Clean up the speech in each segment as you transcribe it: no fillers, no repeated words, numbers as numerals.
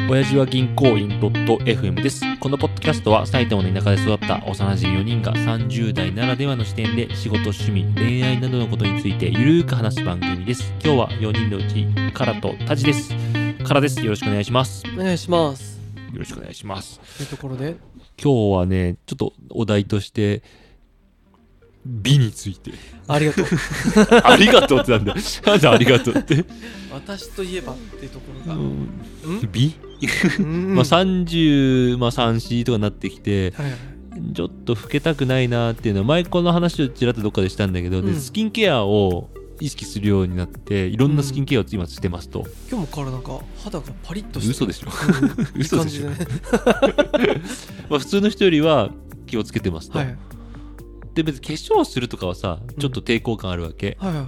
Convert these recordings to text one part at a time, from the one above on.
親父は銀行員 .fm です。このポッドキャストは埼玉の田舎で育った幼馴染4人が30代ならではの視点で仕事、趣味、恋愛などのことについてゆるーく話す番組です。今日は4人のうちカラとタジです。カラです。よろしくお願いします。 お願いします。 よろしくお願いします。 というところで今日はね、ちょっとお題として美についてありがとうありがとうってなんだよ。なんでありがとうって私といえばっていうところが美まあ30、まあ3、4とかなってきて、 はいはい、 ちょっと老けたくないなっていうのは前この話をちらっとどっかでしたんだけど、でスキンケアを意識するようになっていろんなスキンケアを今してますと、 今日もからなんか肌がパリッとして嘘でしょ、 いい嘘でしょ感じでねまあ普通の人よりは気をつけてますと、 はい、 で別に化粧するとかはさちょっと抵抗感あるわけ、 はいはいはい、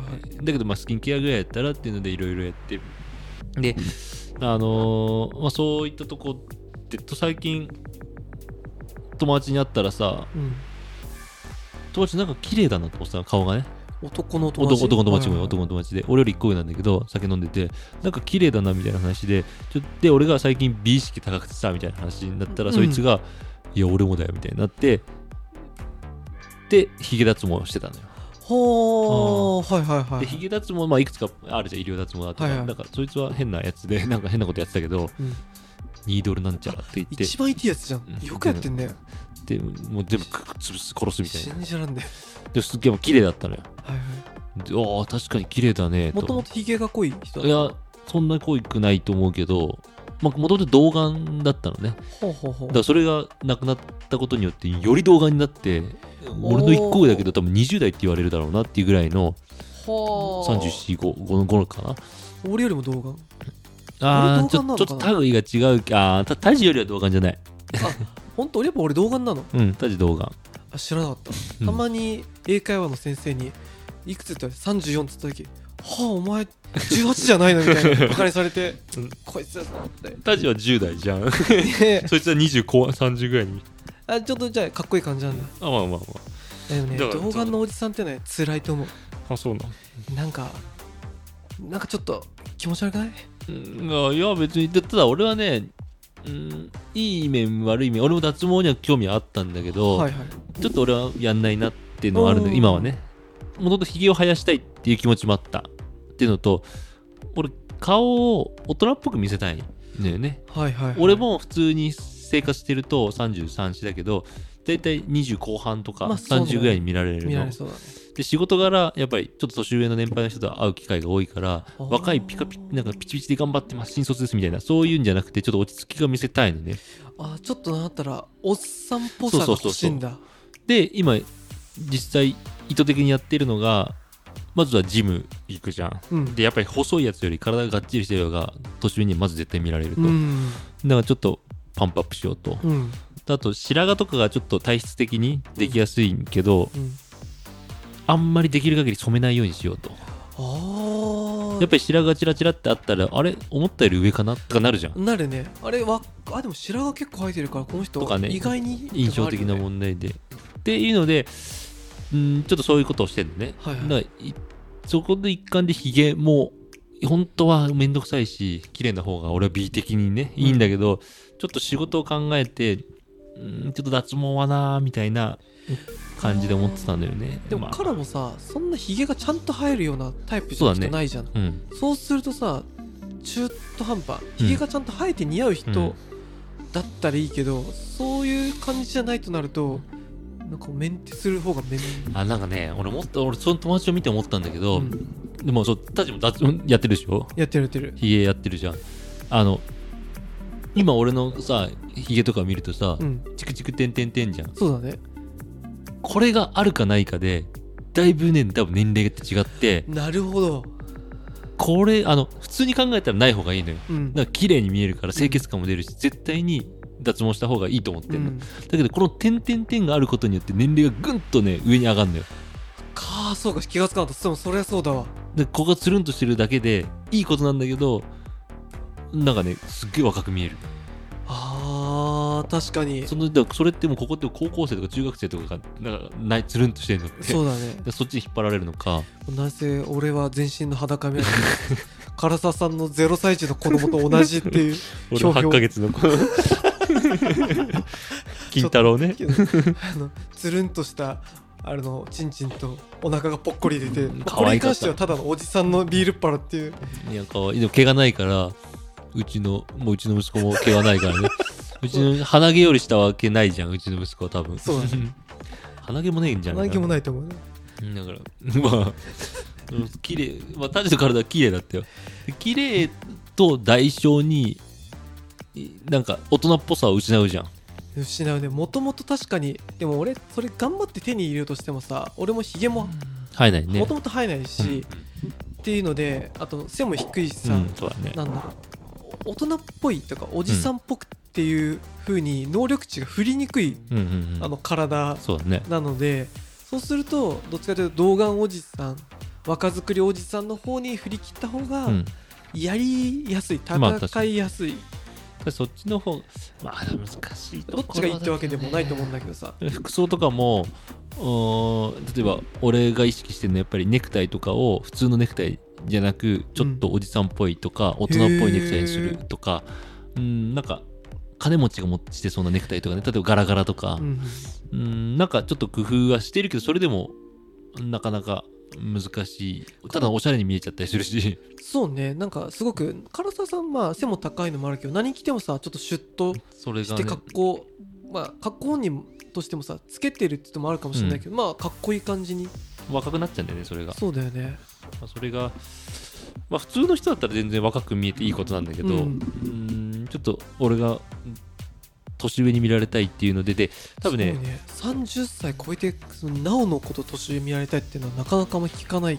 だけどまあスキンケアぐらいやったらっていうのでいろいろやってでまあそういったとこって最近友達に会ったらさ、友達なんか綺麗だなと思ってた顔がね、 男の友達男の友達もよ、男の友達で俺より1個上なんだけど酒飲んでてなんか綺麗だなみたいな話でで俺が最近美意識高くてさみたいな話になったら、そいつがいや俺もだよみたいになってでヒゲ脱毛してたのよ。 ほー、はいはいはい。 でヒゲ脱毛、まあ、いくつかあるじゃん、医療脱毛だとか、 はいはい、 なんかそいつは変なやつでなんか変なことやってたけど、ニードルなんちゃらって言って一番いいやつじゃん、よくやってんね。 でもう全部潰す殺すみたいな。 信じらんね。 ですっげえ綺麗だったのよ。 はいはい。 でああ確かに綺麗だねと。 もともとヒゲが濃い人だった。 いやそんな濃くないと思うけど、まあもともと童顔だったのね。 ほうほうほう。 だからそれがなくなったことによってより童顔になって、俺の1個上だけど多分20代って言われるだろうなっていうぐらいの34、5かな。 俺よりも童顔。 ああちょっと類が違う。タジよりは童顔じゃない。 本当やっぱ俺童顔なの。 タジ童顔。 知らなかった。たまに英会話の先生にいくつって34って言った時、はあお前18じゃないのみたいなバカにされて、こいつだと思って。 タジは10代じゃん。そいつは20後半30ぐらいに。 ちょっとじゃあかっこいい感じなんだ。 まあ。 でもね、童顔のおじさんってね辛いと思う。 そうなんかちょっと気持ち悪くない？ いや別にただ俺はね、いい面悪い面俺も脱毛には興味はあったんだけど、はいはい、ちょっと俺はやんないなっていうのはあるんだけど、今はねもともとひげを生やしたいっていう気持ちもあったっていうのと、俺顔を大人っぽく見せたいんだよね、はいはいはい、俺も普通に生活してると33歳だけどだいたい20後半とか30ぐらいに見られるの、見られそうだね。で仕事柄やっぱりちょっと年上の年配の人と会う機会が多いから、若いなんかピチピチで頑張ってます新卒ですみたいなそういうんじゃなくてちょっと落ち着きが見せたいのね。 ちょっとなったらおっさんっぽさが欲しいんだ。 で今実際意図的にやってるのがまずはジム行くじゃん、でやっぱり細いやつより体ががっちりしてる方が年上にまず絶対見られると、だからちょっとパンプアップしようと、あと白髪とかがちょっと体質的にできやすいけど、あんまりできる限り染めないようにしようと。やっぱり白髪がチラチラってあったらあれ思ったより上かなとかなるじゃん。 なるね。あれでも白髪結構生えてるからこの人とか、ね、意外に、ね、 印象的な問題でっていうのでちょっとそういうことをしてるのね、はいはい、だからそこで一環でヒゲも本当はめんどくさいし綺麗な方が俺は美的にねいいんだけど、ちょっと仕事を考えてちょっと脱毛はなーみたいな感じで思ってたんだよね。 でもカラもさそんなヒゲがちゃんと生えるようなタイプじゃないじゃん。そうするとさ中途半端ヒゲがちゃんと生えて似合う人だったらいいけど、そういう感じじゃないとなるとなんかメンテする方がなんかね俺その友達を見て思ったんだけど、でもタジも脱毛やってるでしょ。やってるヒゲやってるじゃん。今俺のさヒゲとか見るとさ、チクチクてんてんてんじゃん。 そうだね。 これがあるかないかでだいぶね多分年齢って違って。なるほど。 これ普通に考えたらない方がいいのよ、だから綺麗に見えるから清潔感も出るし、絶対に脱毛した方がいいと思ってるの、だけどこの点々点があることによって年齢がぐんとね上に上がるのよ。 そうか気がつかなかった。でもそりゃそうだわ。 でここがつるんとしてるだけでいいことなんだけどなんかねすっげえ若く見える。 確かにそれってもうここって高校生とか中学生とかがなんかつるんとしてるのってそうだね。 そっちに引っ張られるのか。 なぜ俺は全身の裸目唐沢さんの0歳児の子供と同じっていう俺の8ヶ月の子金太郎ねつるんとしたチンチンとお腹がぽっこり出て、 これに関してはただのおじさんのビールっ腹っていう。 いや、かわいい。でも毛がないからうちの息子も毛がないからねうちの鼻毛より下は毛ないじゃん、うちの息子は多分。 そうだね鼻毛もねえんじゃん。 鼻毛もないと思うね。 だからまあ綺麗、まあタジの体は綺麗だったよ。綺麗と代償になんか大人っぽさを失うじゃん。 失うね。もともと確かに。でも俺それ頑張って手に入れようとしてもさ、俺もヒゲも生えないね。 もともと生えないし、っていうので、あと背も低いしさ、 そうだね、 なんだろう、大人っぽいとかおじさんっぽくっていう風に能力値が振りにくい、体なので、そうするとどっちかというと童顔おじさん、若作りおじさんの方に振り切った方がやりやすい、戦いやすい。 そっちの方、まあ難しいところだね。 どっちがいいってわけでもないと思うんだけどさ。 服装とかも例えば俺が意識してるのはやっぱりネクタイとかを普通のネクタイじゃなくちょっとおじさんっぽいとか、大人っぽいネクタイにするとか、なんか金持ちがしてそうなネクタイとかね、例えばガラガラとか、なんかちょっと工夫はしてるけど、それでもなかなか難しい。ただおしゃれに見えちゃったりするし。 そうね、なんかすごく唐沢さん、まあ背も高いのもあるけど、何着てもさちょっとシュッとして格好、まあ格好本人としてもさつけてるって言ってもあるかもしれないけど、まあかっこいい感じに若くなっちゃうんだよね、それが。 そうだよね。 まあ、それがまあ普通の人だったら全然若く見えていいことなんだけど、ちょっと俺が年上に見られたいっていうので、多分ね、 30歳超えてなおのこと年上見られたいっていうのはなかなかも聞かない。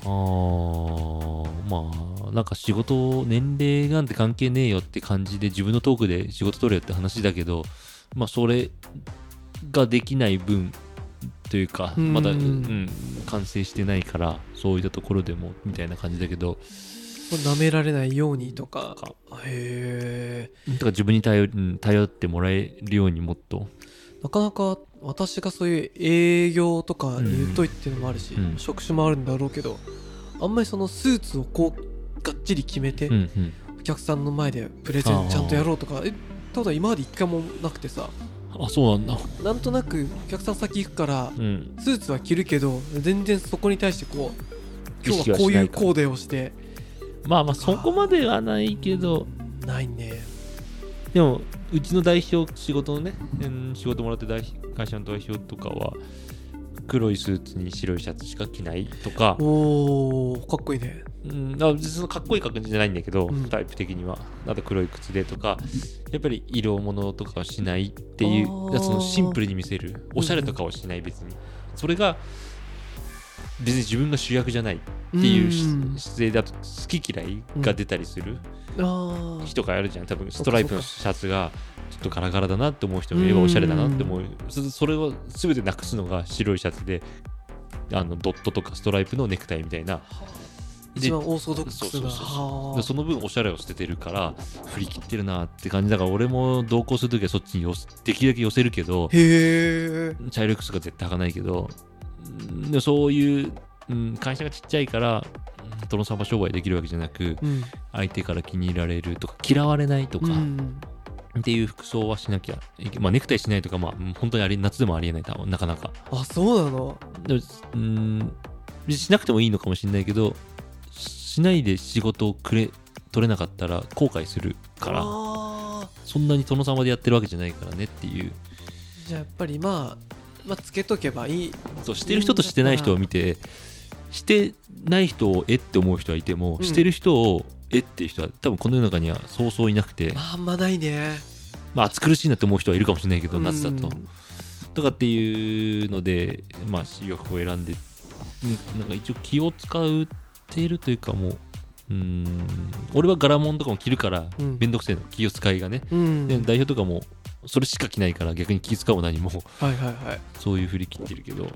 まあなんか仕事年齢なんて関係ねえよって感じで自分のトークで仕事取れよって話だけど、まあそれができない分というか、まだ、完成してないから、そういったところでもみたいな感じだけど、 舐められないようにとか。へえ。 だから自分に頼ってもらえるようにもっと。 なかなか私がそういう営業とかに疎いっていうのもあるし、職種もあるんだろうけど、あんまりそのスーツをこうがっちり決めて、お客さんの前でプレゼンちゃんとやろうとか、ただ今まで一回もなくてさ。 あ、そうなんだ。 なんとなくお客さん先行くから、スーツは着るけど全然そこに対してこう今日はこういうコーデをして、 まあそこまではないけど、 ないね。 でもうちの代表、仕事のね、仕事もらって会社の代表とかは黒いスーツに白いシャツしか着ないとか。 おー、かっこいいね。 そのかっこいい感じじゃないんだけど、タイプ的にはあと黒い靴でとか、やっぱり色物とかをしないっていう、そのシンプルに見せる、おしゃれとかをしない、別にそれが別に自分が主役じゃないっていう姿勢だと好き嫌いが出たりする人があるじゃん。多分ストライプのシャツがちょっとガラガラだなって思う人もいれば、おしゃれだなって思う。それを全てなくすのが白いシャツで、ドットとかストライプのネクタイみたいな、 一番オーソドックスな。 その分おしゃれを捨ててるから振り切ってるなって感じだから、俺も同行するときはそっちにできるだけ寄せるけど、茶色い靴が絶対履かないけど、そういう、会社がちっちゃいから殿様商売できるわけじゃなく、相手から気に入られるとか嫌われないとか、っていう服装はしなきゃ、ネクタイしないとか、本当に夏でもありえない、なかなか。 あ、そうなの。 でもしなくてもいいのかもしれないけど、しないで仕事を取れなかったら後悔するから、そんなに殿様でやってるわけじゃないからねっていう。 じゃあやっぱりつけとけばいい。 そう、してる人としてない人を見て、してない人をって思う人はいても、してる人をっていう人は多分この世の中にはそうそういなくて、 あんまないね。 暑苦しいなって思う人はいるかもしれないけど、夏だととかっていうので、洋服を選んで、なんか一応気を使っているというか、もう俺は柄物とかも着るからめんどくせえの、気を使いがね、で代表とかもそれしか着ないから逆に気使うも何も、そういう振り切ってるけど、そういう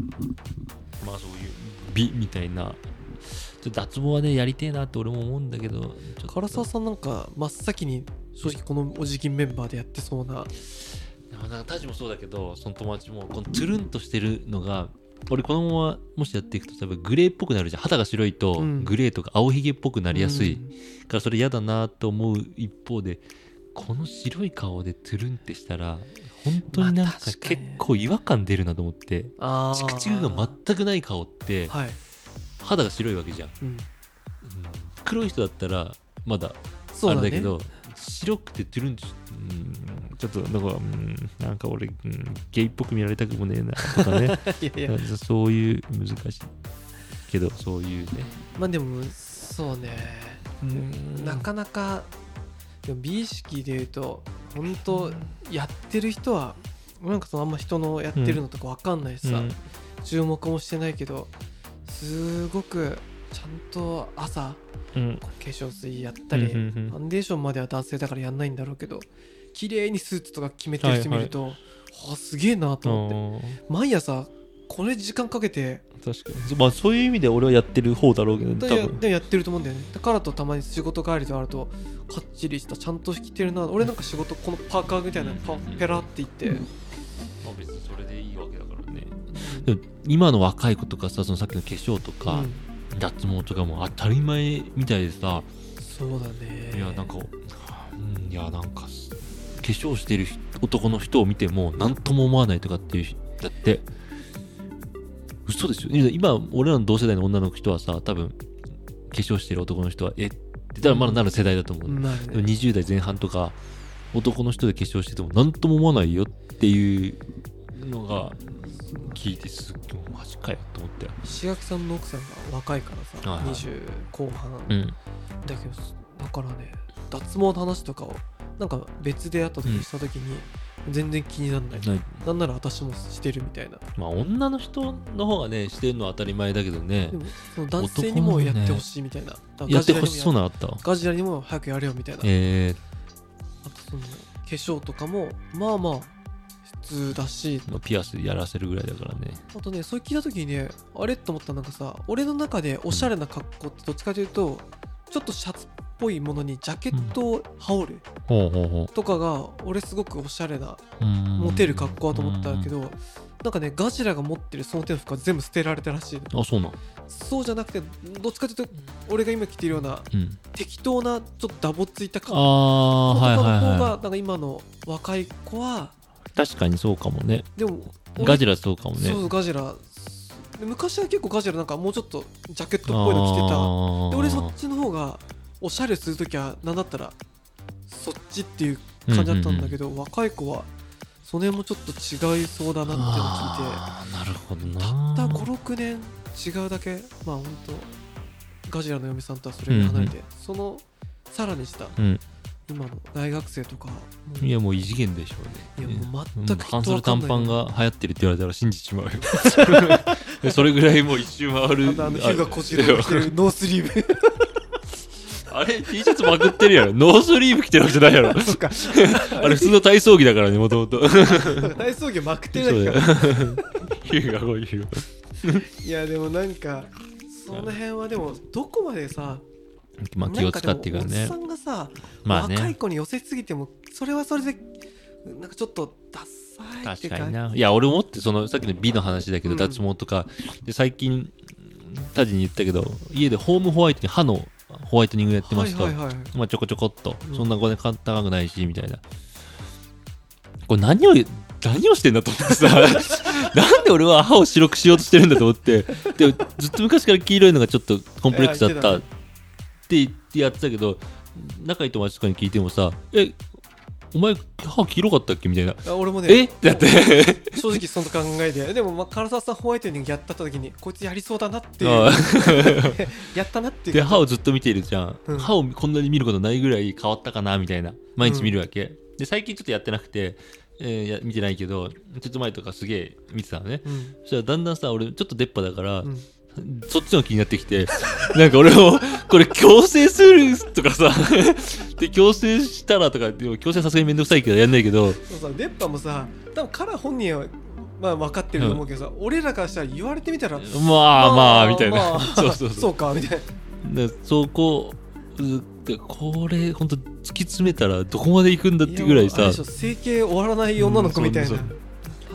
美みたいな、ちょっと脱毛はねやりてえなって俺も思うんだけど、 唐沢さんなんか真っ先に正直このおじきんメンバーでやってそうな。 タジもそうだけど、その友達もこのトゥルンとしてるのが俺このままもしやっていくと多分グレーっぽくなるじゃん。肌が白いとグレーとか青ひげっぽくなりやすい、からそれ嫌だなと思う一方で、この白い顔でトゥルンってしたら本当になんか結構違和感出るなと思って、チクチクが全くない顔って肌が白いわけじゃん、黒い人だったらまだあれだけど、白くてトゥルン、ちょっとなんか俺、ゲイっぽく見られたくもねえなとかねいやそういう難しいけど、そういうね、 まあでもそうね、なかなかでも美意識でいうと本当やってる人はなんかあんま人のやってるのとか分かんないしさ、注目もしてないけどすごくちゃんと朝、化粧水やったり、ファンデーションまでは男性だからやんないんだろうけど綺麗にスーツとか決めてる人見ると、すげえなと思って、毎朝これ時間かけて、 確かに、まあそういう意味で俺はやってる方だろうけど、多分でやってると思うんだよね。だからとたまに仕事帰りとあるとかっちりしたちゃんと着てるな。俺なんか仕事このパーカーみたいなペラっていって、まあ別にそれでいいわけだからね。でも今の若い子とかさ、そのさっきの化粧とか、脱毛とかも当たり前みたいでさ、 そうだね。 いやなんか、いやなんか化粧してる男の人を見ても何とも思わないとかっていうだって。嘘ですよ。今俺らの同世代の女の人はさ、多分化粧してる男の人はって言ったらまだなる世代だと思う、でも20代前半とか男の人で化粧してても何とも思わないよっていうのが聞いて、すっげえマジかよと思って。 石垣さんの奥さんが若いからさ、20後半、だけどだからね、脱毛の話とかをなんか別で会った時にした時に、全然気にならない、なんなら私もしてるみたいな。 まあ女の人の方がねしてるのは当たり前だけどね、でもその男性にもやってほしいみたいな、 やってほしそうなのあった。 ガジラにも早くやれよみたいな、あとその化粧とかもまあまあ普通だし、 ピアスやらせるぐらいだからね。 あとね、それ聞いた時にね、あれと思ったなんかさ、俺の中でおしゃれな格好ってどっちかというと、ちょっとシャツっぽいものにジャケットを羽織るとかが俺すごくおしゃれなモテる格好だと思ったけど、なんかね、ガジラが持ってるその手の服は全部捨てられたらしい。 あ、そうなん。 そうじゃなくて、どっちかというと俺が今着ているような、適当なちょっとダボついた格好とかの方が、なんか今の若い子は確かにそうかもね。 でもガジラそうかもね。 そう、ガジラ昔は結構ガジラなんかもうちょっとジャケットっぽいの着てた。で俺そっちの方がおしゃれするときはなんだったらそっちっていう感じだったんだけど、若い子はその辺もちょっと違いそうだなっていうのを聞いて、 なるほどな。 たった 5,6 年違うだけ、まあ本当ガジラの嫁さんとはそれが離れて、そのさらにした、今の大学生とか、 いやもう異次元でしょうね。 いやもう全く半袖短パンが流行ってるって言われたら信じちまうよそれぐらいもう一周回る。 ヒュがこちらを着てるノースリーブあれ T シャツまくってるやろ。ノースリーブ着てるわけじゃないやろそっかあれ普通の体操着だからね、もともと体操着まくってないからヒュがこういういやでもなんかその辺はでもどこまでさ、 まあ気を使っていうかね、 おっさんがさ、 まあね、 若い子に寄せすぎてもそれはそれでなんかちょっとダサいっていうか。 確かにな。いや俺もってそのさっきの美の話だけど、脱毛とかで最近タジに言ったけど、家でホームホワイトに歯のホワイトニングやってますと、まあちょこちょこっと、そんな5年高くないしみたいな。これ何をしてんだと思ってさなんで俺は歯を白くしようとしてるんだと思って、でずっと昔から黄色いのがちょっとコンプレックスだったって言ってやってたけど、仲いい友達とかに聞いてもさ、お前歯黄色かったっけみたいな。 俺もね、 だって正直その考えで、でもまあ唐沢さんホワイトニングやった時にこいつやりそうだなっていうやったなっていう。 で歯をずっと見ているじゃん、歯をこんなに見ることないぐらい変わったかなみたいな、毎日見るわけ、で最近ちょっとやってなくて、見てないけどちょっと前とかすげえ見てたのね、そしたらだんだんさ、俺ちょっと出っ歯だから、そっちの気になってきてなんか俺もこれ矯正するとかさで矯正したらとか、でも矯正さすがにめんどくさいけどやんないけど、 そうさ、出っ歯もさ多分カラ本人はまあ分かってると思うけどさ、俺らからしたら言われてみたらまあみたいな、 そうかみたいな。そここれ本当突き詰めたらどこまで行くんだっていうぐらいさ、 整形終わらない女の子みたいな、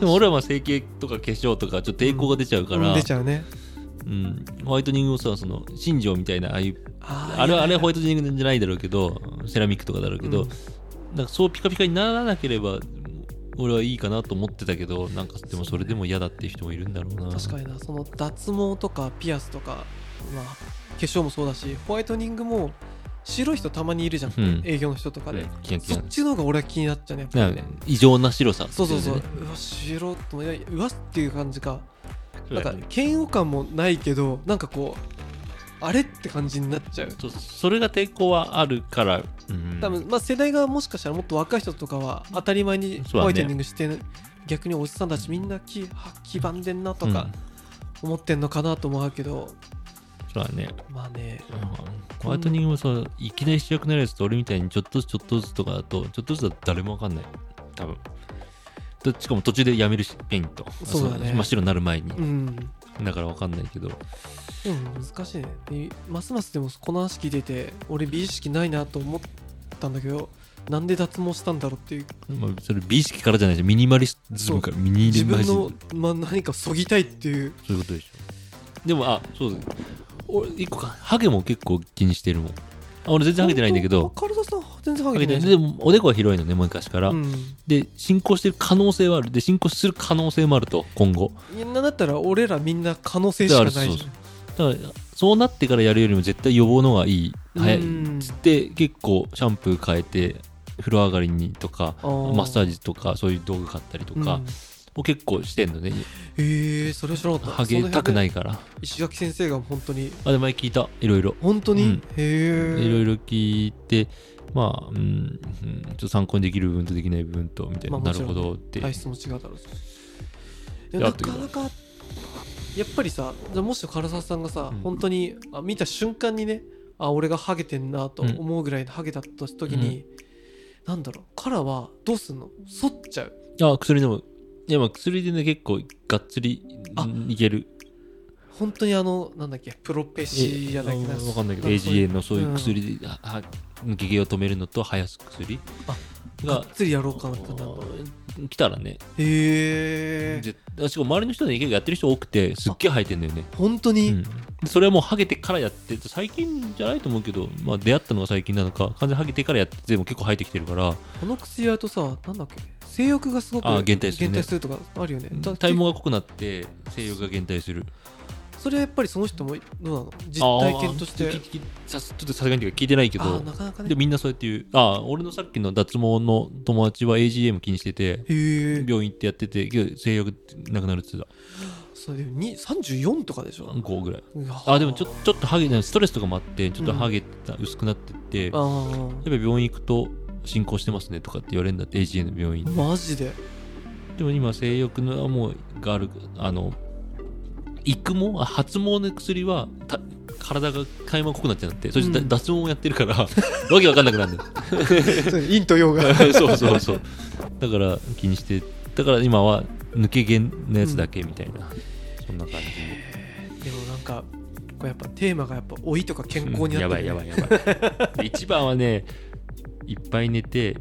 でも俺はまあ整形とか化粧とかちょっと抵抗が出ちゃうから、 出ちゃうね。 ホワイトニングもさ、その新庄みたいなあれはホワイトニングじゃないだろうけど、セラミックとかだろうけど、なんかそうピカピカにならなければ俺はいいかなと思ってたけど、なんかでもそれでも嫌だっていう人もいるんだろうな。 確かにな。その脱毛とかピアスとか、まあ、化粧もそうだし、ホワイトニングも白い人たまにいるじゃん、営業の人とかで、そっちの方が俺は気になっちゃうね、やっぱりね。 異常な白さ、 そう、うわ白とうわっていう感じか。なんか嫌悪感もないけど、なんかこうあれって感じになっちゃう。 それが抵抗はあるから、 多分まあ世代がもしかしたらもっと若い人とかは当たり前にホワイトニングして、逆におじさんたちみんな黄ばんでんなとか思ってんのかなと思うけど、 そうだね。 まあね、 ホワイトニングもさ、いきなり主役になるやつと俺みたいにちょっとずつとかだと、ちょっとずつだと誰もわかんない、多分。しかも途中でやめるし、ペイント。 そうだね。 真っ白になる前に。だからわかんないけど。 でも難しいね。ますますでもこの話聞いてて、俺美意識ないなと思ったんだけど、なんで脱毛したんだろうっていう。 まあ、それ美意識からじゃないじゃん。ミニマリズムから。 自分の、何かそぎたいっていう。 そういうことでしょ。でも、そうだ。俺、一個か、ハゲも結構気にしてるもん。俺全然ハゲてないんだけど、 体さん全然ハゲてない。 でもおでこは広いのね、昔から、で進行してる可能性はある。で進行する可能性もあると、今後。 なんだったら俺らみんな可能性しかないじゃん。 だからそうなってからやるよりも絶対予防の方がいい、早いつって結構シャンプー変えて風呂上がりにとかマッサージとかそういう道具買ったりとかを結構してんのね。 それは知らなかった。 ハゲたくないから。 石垣先生が本当にで前聞いた、いろいろ本当に、いろいろ聞いて、まあちょっと参考にできる部分とできない部分とみたいな、なるほどって。 体質も違うだろうし、なかなかやっぱりさ、もし唐沢さんがさ、本当に見た瞬間にね、俺がハゲてんなと思うぐらいのハゲだった時に、なんだろう、カラーはどうすんの？剃っちゃう？ 薬でも、いや、まあ薬でね、結構がっつりいける。 本当になんだっけ、プロペシじゃないかな、 わかんないけど AGA のそういう薬で抜け毛を止めるのと生やす薬がっつりやろうかなって来たらね。しかも周りの人で結構やってる人多くて、すっげえ生えてんだよね。 本当に、 それはもうハゲてからやって、最近じゃないと思うけど、まあ出会ったのが最近なのか、完全にハゲてからやって全部結構生えてきてるから。 この薬やるとさ、なんだっけ、性欲がすごく減退するとかあるよね。 体毛が濃くなって性欲が減退する。 それはやっぱりその人もどうなの、実体験として。ちょっとさすがに聞いてないけど、 なかなかね、 でみんなそうやって言う。俺のさっきの脱毛の友達は AGA も気にしてて、病院行ってやってて、性欲なくなるって言ってた。 それで34とかでしょ。 5ぐらい。でもちょっとハゲ、ストレスとかもあってちょっとハゲた、薄くなってって、やっぱ病院行くと進行してますねとかって言われるんだって、 AGA の病院。 マジで。 でも今性欲のもうがある、育毛、発毛の薬は体が垣間濃くなっちゃうんだって。そして脱毛もやってるからわけわかんなくなるんだよ陰と陽がそうだから気にして、だから今は抜け毛のやつだけみたいな、そんな感じ。 でもなんかこれやっぱテーマがやっぱ老いとか健康になってる、 やばい一番はね、いっぱい寝て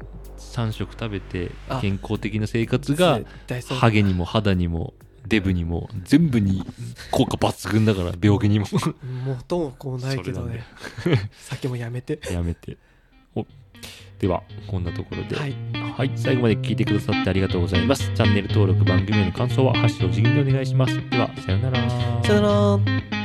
3食食べて健康的な生活がハゲにも肌にもデブにも全部に効果抜群だから、病気にも元もこうないけどね酒もやめてではこんなところで、はい、最後まで聞いてくださってありがとうございます。チャンネル登録、番組への感想はハッシュタグ次元でお願いします。ではさよなら。 さよなら。